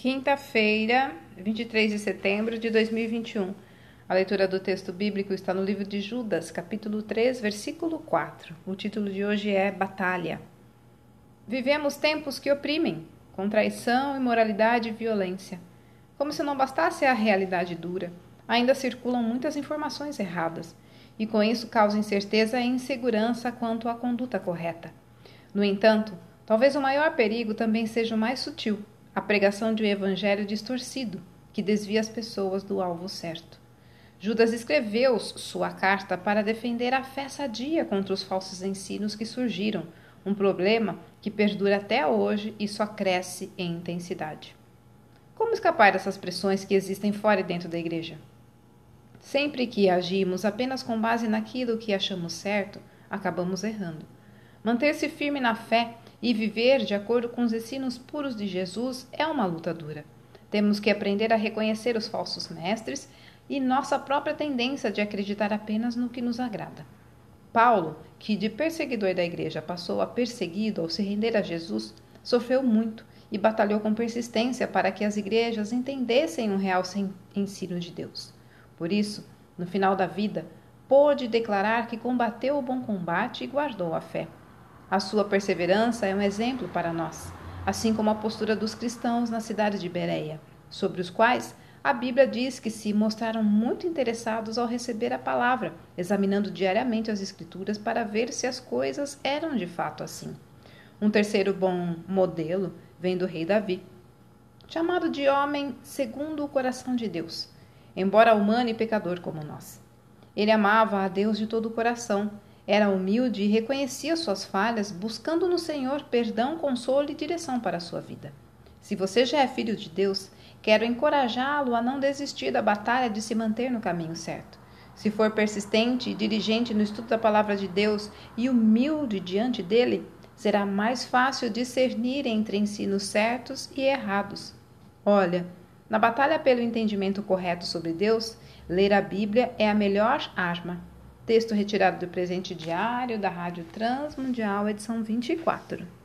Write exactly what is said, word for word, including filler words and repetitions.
Quinta-feira, vinte e três de setembro de dois mil e vinte e um. A leitura do texto bíblico está no livro de Judas, capítulo três, versículo quatro. O título de hoje é Batalha. Vivemos tempos que oprimem, com traição, imoralidade e violência. Como se não bastasse a realidade dura, ainda circulam muitas informações erradas, e com isso causam incerteza e insegurança quanto à conduta correta. No entanto, talvez o maior perigo também seja o mais sutil, a pregação de um evangelho distorcido, que desvia as pessoas do alvo certo. Judas escreveu sua carta para defender a fé sadia contra os falsos ensinos que surgiram, um problema que perdura até hoje e só cresce em intensidade. Como escapar dessas pressões que existem fora e dentro da igreja? Sempre que agimos apenas com base naquilo que achamos certo, acabamos errando. Manter-se firme na fé e viver de acordo com os ensinos puros de Jesus é uma luta dura. Temos que aprender a reconhecer os falsos mestres e nossa própria tendência de acreditar apenas no que nos agrada. Paulo, que de perseguidor da igreja passou a perseguido ao se render a Jesus, sofreu muito e batalhou com persistência para que as igrejas entendessem o real ensino de Deus. Por isso, no final da vida, pôde declarar que combateu o bom combate e guardou a fé. A sua perseverança é um exemplo para nós, assim como a postura dos cristãos na cidade de Bereia, sobre os quais a Bíblia diz que se mostraram muito interessados ao receber a palavra, examinando diariamente as Escrituras para ver se as coisas eram de fato assim. Um terceiro bom modelo vem do rei Davi, chamado de homem segundo o coração de Deus, embora humano e pecador como nós. Ele amava a Deus de todo o coração, era humilde e reconhecia suas falhas, buscando no Senhor perdão, consolo e direção para a sua vida. Se você já é filho de Deus, quero encorajá-lo a não desistir da batalha de se manter no caminho certo. Se for persistente e diligente no estudo da palavra de Deus e humilde diante dele, será mais fácil discernir entre ensinos certos e errados. Olha, na batalha pelo entendimento correto sobre Deus, ler a Bíblia é a melhor arma. Texto retirado do presente diário da Rádio Transmundial, edição vinte e quatro.